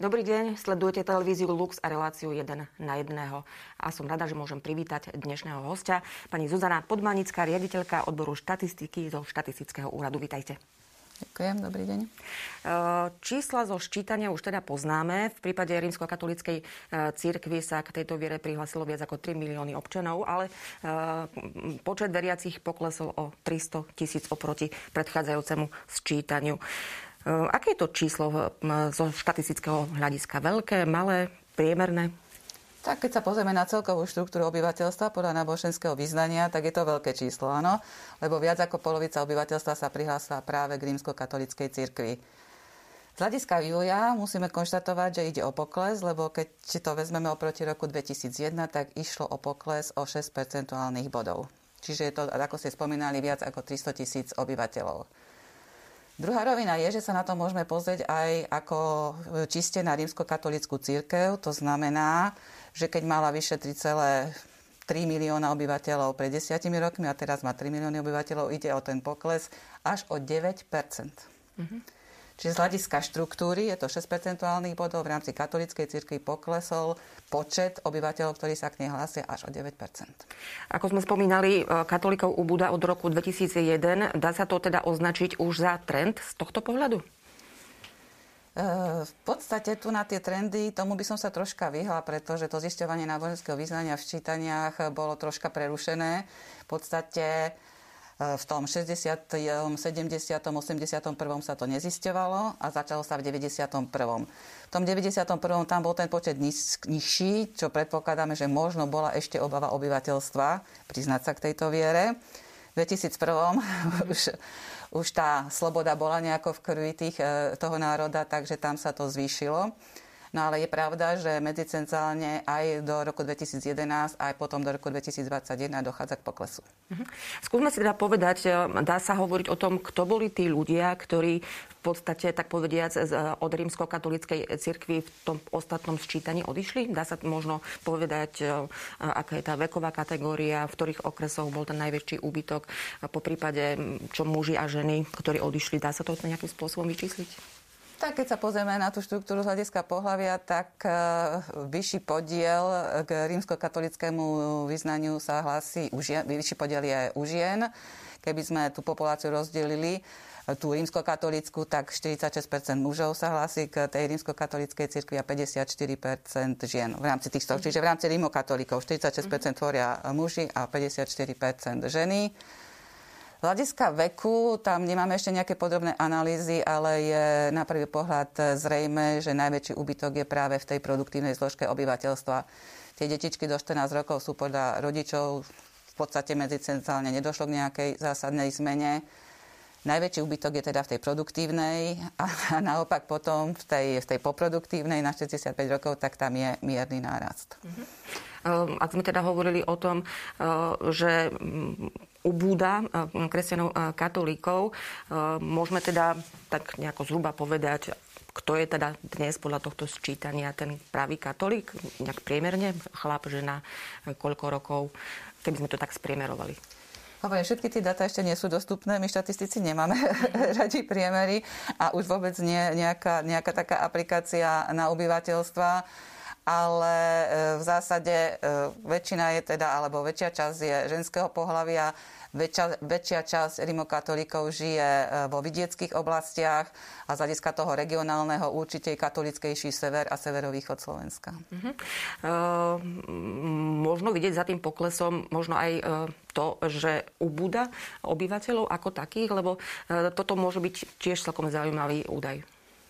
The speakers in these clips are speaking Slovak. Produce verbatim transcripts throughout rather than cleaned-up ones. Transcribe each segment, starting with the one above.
Dobrý deň, sledujete televíziu Lux a reláciu jeden na jedného. A som rada, že môžem privítať dnešného hostia, pani Zuzana Podmanická, riaditeľka odboru štatistiky zo Štatistického úradu. Vítajte. Ďakujem, dobrý deň. Čísla zo ščítania už teda poznáme. V prípade rímskokatolíckej cirkvi sa k tejto viere prihlásilo viac ako tri milióny občanov, ale počet veriacich poklesol o tristo tisíc oproti predchádzajúcemu sčítaniu. Aké je to číslo zo štatistického hľadiska? Veľké, malé, priemerné? Tak keď sa pozrieme na celkovú štruktúru obyvateľstva podľa náboženského vyznania, tak je to veľké číslo, áno, lebo viac ako polovica obyvateľstva sa prihlásila práve k rímskokatolíckej cirkvi. Z hľadiska vývoja musíme konštatovať, že ide o pokles, lebo keď to vezmeme oproti roku dvetisícjeden, tak išlo o pokles o šesť percentuálnych bodov. Čiže je to, ako ste spomínali, viac ako tristo tisíc obyvateľov. Druhá rovina je, že sa na to môžeme pozrieť aj ako čiste na rímskokatolícku cirkev. To znamená, že keď mala vyše tri celé tri milióna obyvateľov pred desiatimi rokmi a teraz má tri milióny obyvateľov, ide o ten pokles až o deväť percent. Mm-hmm. Čiže z hľadiska štruktúry je to šesť percentuálnych bodov. V rámci katolíckej cirkvi poklesol počet obyvateľov, ktorí sa k nej hlásia, až o deväť percent. Ako sme spomínali, katolíkov ubúda od roku dvetisícjeden. Dá sa to teda označiť už za trend z tohto pohľadu? V podstate tu na tie trendy, tomu by som sa troška vyhla, pretože to zisťovanie náboženského vyznania v ščítaniach bolo troška prerušené. V podstate v tom šesťdesiatom, sedemdesiatom, osemdesiatom prvom sa to nezisťovalo a začalo sa v deväťdesiatom prvom. V tom deväťdesiatom prvom tam bol ten počet niž, nižší, čo predpokladáme, že možno bola ešte obava obyvateľstva priznať sa k tejto viere. V dvetisícjeden už, už tá sloboda bola nejako v krvi tých, toho národa, takže tam sa to zvýšilo. No ale je pravda, že medzicentrálne aj do roku dvetisícjedenásť, aj potom do roku dvetisícdvadsaťjeden dochádza k poklesu. Uh-huh. Skúsme si teda povedať, dá sa hovoriť o tom, kto boli tí ľudia, ktorí v podstate, tak povediac, od rímskokatolíckej cirkvi v tom ostatnom sčítaní odišli? Dá sa možno povedať, aká je tá veková kategória, v ktorých okresoch bol ten najväčší úbytok, po prípade, čo muži a ženy, ktorí odišli, dá sa to nejakým spôsobom vyčísliť? Tak keď sa pozrieme na tú štruktúru z hľadiska pohlavia, tak vyšší podiel k rímskokatolickému vyznaniu sa hlási u žien, vyšší podiel je u žien. Keby sme tú populáciu rozdelili, tú rímskokatolícku, tak štyridsaťšesť percent mužov sa hlási k tej rímskokatolíckej cirkvi a päťdesiatštyri percent žien v rámci týchto. Čiže v rámci rímokatolíkov štyridsaťšesť percent tvoria muži a päťdesiatštyri percent ženy. Z hľadiska veku, tam nemáme ešte nejaké podrobné analýzy, ale je na prvý pohľad zrejme, že najväčší úbytok je práve v tej produktívnej zložke obyvateľstva. Tie detičky do štrnásť rokov sú podľa rodičov v podstate medzicentrálne nedošlo k nejakej zásadnej zmene. Najväčší úbytok je teda v tej produktívnej a naopak potom v tej, v tej poproduktívnej na šesťdesiatpäť rokov, tak tam je mierny nárast. Mhm. Ak sme teda hovorili o tom, že ubúda kresťanov katolíkov, môžeme teda tak nejako zhruba povedať, kto je teda dnes podľa tohto sčítania ten pravý katolík, nejak priemerne, chlap, žena, koľko rokov, keby sme to tak spriemerovali. Hovorím, všetky tie dáta ešte nie sú dostupné, my štatistici nemáme radi priemery a už vôbec nie nejaká, nejaká taká aplikácia na obyvateľstva, ale v zásade väčšina je teda, alebo väčšia časť je ženského pohlavia, väčšia, väčšia časť rimokatolíkov žije vo vidieckých oblastiach a z hľadiska toho regionálneho určite je katolíckejší sever a severovýchod Slovenska. Uh-huh. Uh, možno vidieť za tým poklesom možno aj uh, to, že ubúda obyvateľov ako takých, lebo uh, toto môže byť tiež celkom zaujímavý údaj.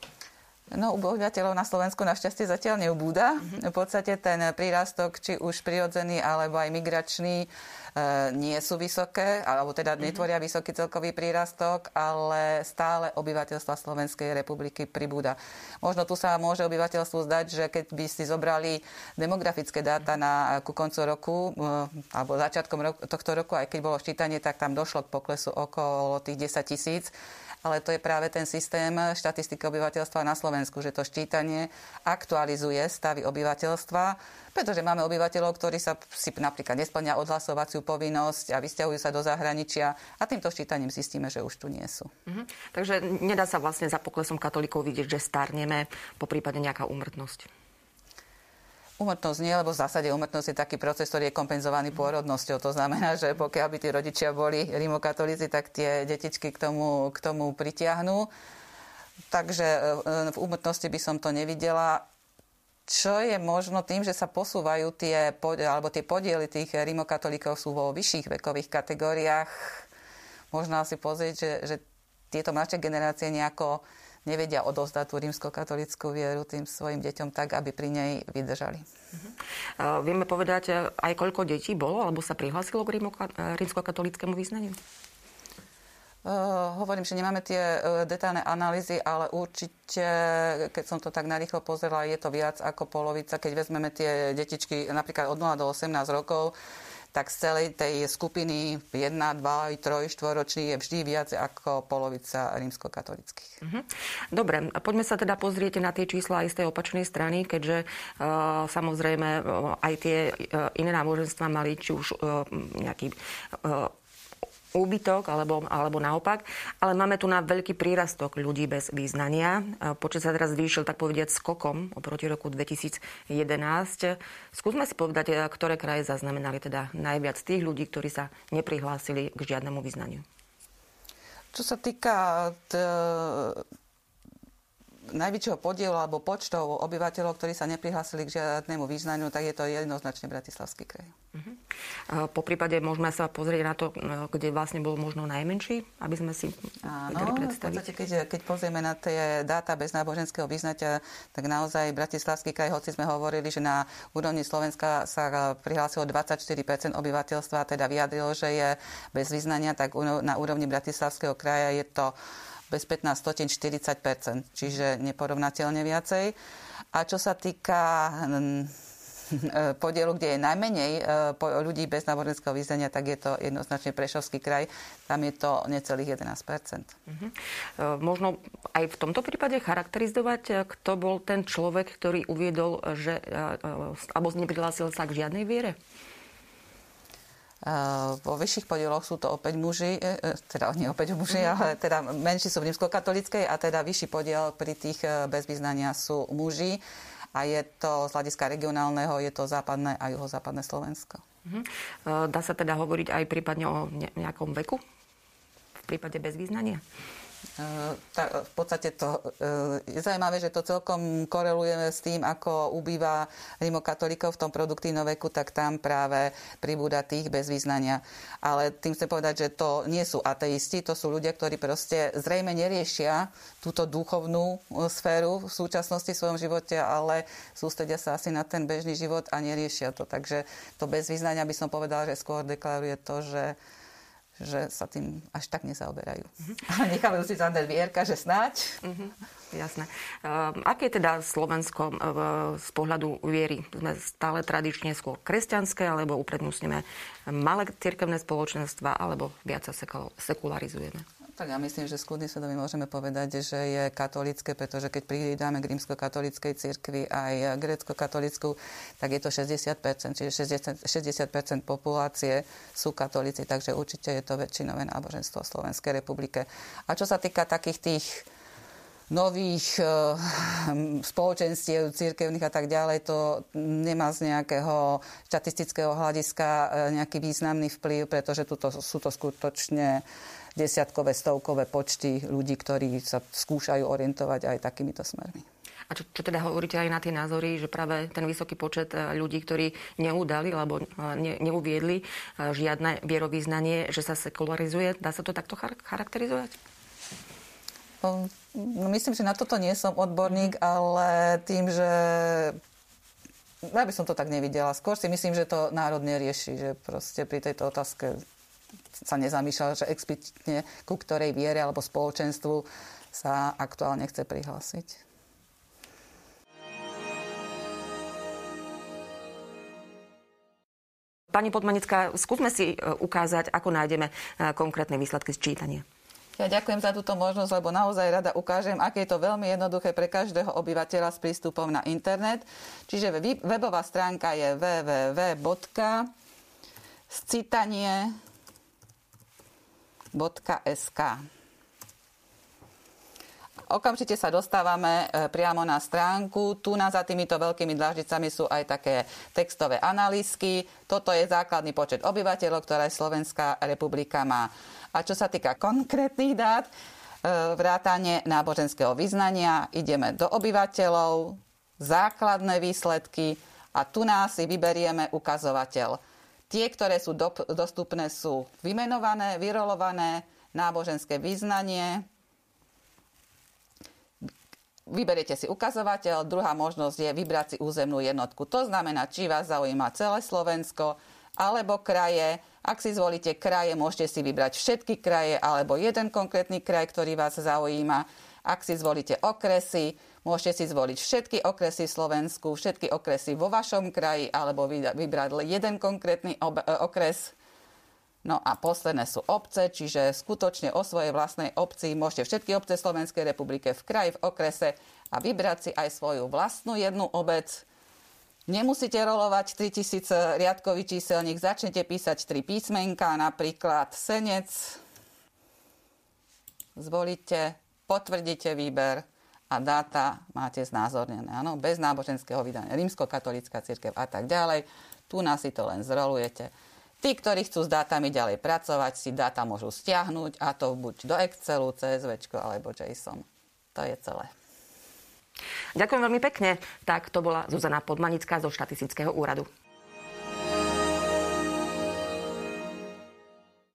No, obyvateľov na Slovensku našťastie zatiaľ neubúda. V podstate ten prírastok, či už prirodzený, alebo aj migračný, nie sú vysoké, alebo teda netvoria vysoký celkový prírastok, ale stále obyvateľstva Slovenskej republiky pribúda. Možno tu sa môže obyvateľstvu zdať, že keď by si zobrali demografické dáta na, ku koncu roku, alebo začiatkom roku, tohto roku, aj keď bolo ščítanie, tak tam došlo k poklesu okolo tých desať tisíc. ale to je práve ten systém štatistiky obyvateľstva na Slovensku, že to ščítanie aktualizuje stavy obyvateľstva, pretože máme obyvateľov, ktorí sa si napríklad nesplnia odhlasovaciu povinnosť a vysťahujú sa do zahraničia a týmto ščítaním zistíme, že už tu nie sú. Mhm. Takže nedá sa vlastne za poklesom katolíkov vidieť, že starneme, po prípade nejaká úmrtnosť. Úmrtnosť nie, lebo v zásade úmrtnosť je taký proces, ktorý je kompenzovaný pôrodnosťou. To znamená, že pokiaľ by tí rodičia boli rimokatolíci, tak tie detičky k tomu, k tomu pritiahnú. Takže v úmrtnosti by som to nevidela. Čo je možno tým, že sa posúvajú tie, alebo tie podiely tých rimokatolíkov sú vo vyšších vekových kategóriách. Možno si pozrieť, že, že tieto mladšie generácie nejako nevedia odovzdať tú rímskokatolícku vieru tým svojim deťom tak, aby pri nej vydržali. Uh-huh. Vieme povedať aj koľko detí bolo, alebo sa prihlásilo k rímskokatolíckemu význaniu? Uh, hovorím, že nemáme tie uh, detailné analýzy, ale určite, keď som to tak narýchlo pozerala, je to viac ako polovica. Keď vezmeme tie detičky napríklad od nula do osemnásť rokov, tak z celej tej skupiny jedna, dva, tri, štyročných je vždy viac ako polovica rímskokatolíckych. Uh-huh. Dobre, poďme sa teda pozrieť na tie čísla aj z tej opačnej strany, keďže uh, samozrejme uh, aj tie uh, iné náboženstva mali či už uh, nejaký uh, úbytok, alebo, alebo naopak. Ale máme tu na veľký prírastok ľudí bez význania. Počet sa teraz zvýšil, tak povediať, skokom oproti roku dvetisícjedenásť. Skúsme si povedať, ktoré kraje zaznamenali teda najviac tých ľudí, ktorí sa neprihlásili k žiadnemu význaniu. Čo sa týka t- najväčšieho podielu alebo počtov obyvateľov, ktorí sa neprihlásili k žiadnemu význaniu, tak je to jednoznačne Bratislavský kraj. Uh-huh. Po prípade môžeme sa pozrieť na to, kde vlastne bol možno najmenší, aby sme si vedeli predstaviť. V podstate, keď, keď pozrieme na tie dáta bez náboženského vyznatia, tak naozaj Bratislavský kraj, hoci sme hovorili, že na úrovni Slovenska sa prihlásilo dvadsaťštyri percent obyvateľstva, teda vyjadrilo, že je bez vyznania, tak na úrovni Bratislavského kraja je to bez pätnásť stotín štyridsať percent, čiže neporovnateľne viacej. A čo sa týka podielu, kde je najmenej ľudí bez náboženského vyznania, tak je to jednoznačne Prešovský kraj. Tam je to necelých jedenásť percent. Uh-huh. Možno aj v tomto prípade charakterizovať, kto bol ten človek, ktorý uviedol, že alebo neprihlásil sa k žiadnej viere? Uh, vo vyšších podieloch sú to opäť muži, e, teda nie opäť muži, mm-hmm. ale teda menší sú v rímskokatolíckej a teda vyšší podiel pri tých bez vyznania sú muži a je to z hľadiska regionálneho, je to západné a juhozápadné Slovensko. Mm-hmm. Uh, dá sa teda hovoriť aj prípadne o nejakom veku v prípade bez vyznania? Uh, tá, v podstate to uh, je zaujímavé, že to celkom korelujeme s tým, ako ubýva rimokatolíkov v tom produktívnom veku, tak tam práve pribúda tých bez vyznania. Ale tým chcem povedať, že to nie sú ateisti, to sú ľudia, ktorí proste zrejme neriešia túto duchovnú sféru v súčasnosti v svojom živote, ale sústredia sa asi na ten bežný život a neriešia to. Takže to bez vyznania by som povedala, že skôr deklaruje to, že že sa tým až tak nezaoberajú. Uh-huh. A nechávajú si zadať vierka, že snáď. Uh-huh. Jasné. Uh, aké je teda Slovensko uh, z pohľadu viery? Sme stále tradične skôr kresťanské, alebo uprednostníme malé cirkevné spoločenstva, alebo viac sa sekularizujeme? Tak ja myslím, že s kľudným svedomím môžeme povedať, že je katolícke, pretože keď pridáme k rímskokatolíckej cirkvi aj grécko-katolícku, tak je to šesťdesiat percent, čiže šesťdesiat percent populácie sú katolíci, takže určite je to väčšinové náboženstvo v Slovenskej republike. A čo sa týka takých tých nových e, spoločenstiev, cirkevných a tak ďalej, to nemá z nejakého štatistického hľadiska e, nejaký významný vplyv, pretože tuto, sú to skutočne desiatkové, stovkové počty ľudí, ktorí sa skúšajú orientovať aj takýmito smermi. A čo, čo teda hovoríte aj na tie názory, že práve ten vysoký počet ľudí, ktorí neudali alebo ne, neuviedli žiadne vierovýznanie, že sa sekularizuje, dá sa to takto charakterizovať? No, myslím, že na toto nie som odborník, ale tým, že ja by som to tak nevidela. Skôr si myslím, že to národ nerieši, že proste pri tejto otázke sa nezamýšľal, že explicitne ku ktorej viere alebo spoločenstvu sa aktuálne chce prihlásiť. Pani Podmanická, skúsme si ukázať, ako nájdeme konkrétne výsledky sčítania. Ja ďakujem za túto možnosť, lebo naozaj rada ukážem, aké je to veľmi jednoduché pre každého obyvateľa s prístupom na internet. Čiže webová stránka je w w w bodka scitanie bodka es ka. Okamžite sa dostávame priamo na stránku. Tu na za týmito veľkými dláždicami sú aj také textové analýzky. Toto je základný počet obyvateľov, ktoré Slovenská republika má. A čo sa týka konkrétnych dát, vrátane náboženského vyznania, ideme do obyvateľov, základné výsledky a tu nás si vyberieme ukazovateľ. Tie, ktoré sú do, dostupné, sú vymenované, vyrolované, náboženské vyznanie. Vyberiete si ukazovateľ, druhá možnosť je vybrať si územnú jednotku. To znamená, či vás zaujíma celé Slovensko alebo kraje. Ak si zvolíte kraje, môžete si vybrať všetky kraje alebo jeden konkrétny kraj, ktorý vás zaujíma. Ak si zvolíte okresy, môžete si zvoliť všetky okresy v Slovensku, všetky okresy vo vašom kraji alebo vybrať jeden konkrétny ob- okres. No a posledné sú obce, čiže skutočne o svojej vlastnej obci môžete všetky obce Slovenskej republike v kraji, v okrese a vybrať si aj svoju vlastnú jednu obec. Nemusíte rolovať tritisíc riadkový číselník, začnete písať tri písmenka, napríklad Senec. Zvolíte, potvrdíte výber a dáta máte znázornené. Áno, bez náboženského vydania, rímskokatolícka cirkev a tak ďalej. Tu nás si to len zrolujete. Tí, ktorí chcú s dátami ďalej pracovať, si dáta môžu stiahnuť, a to buď do Excelu, cé es vé alebo JSON. To je celé. Ďakujem veľmi pekne. Tak to bola Zuzana Podmanická zo štatistického úradu.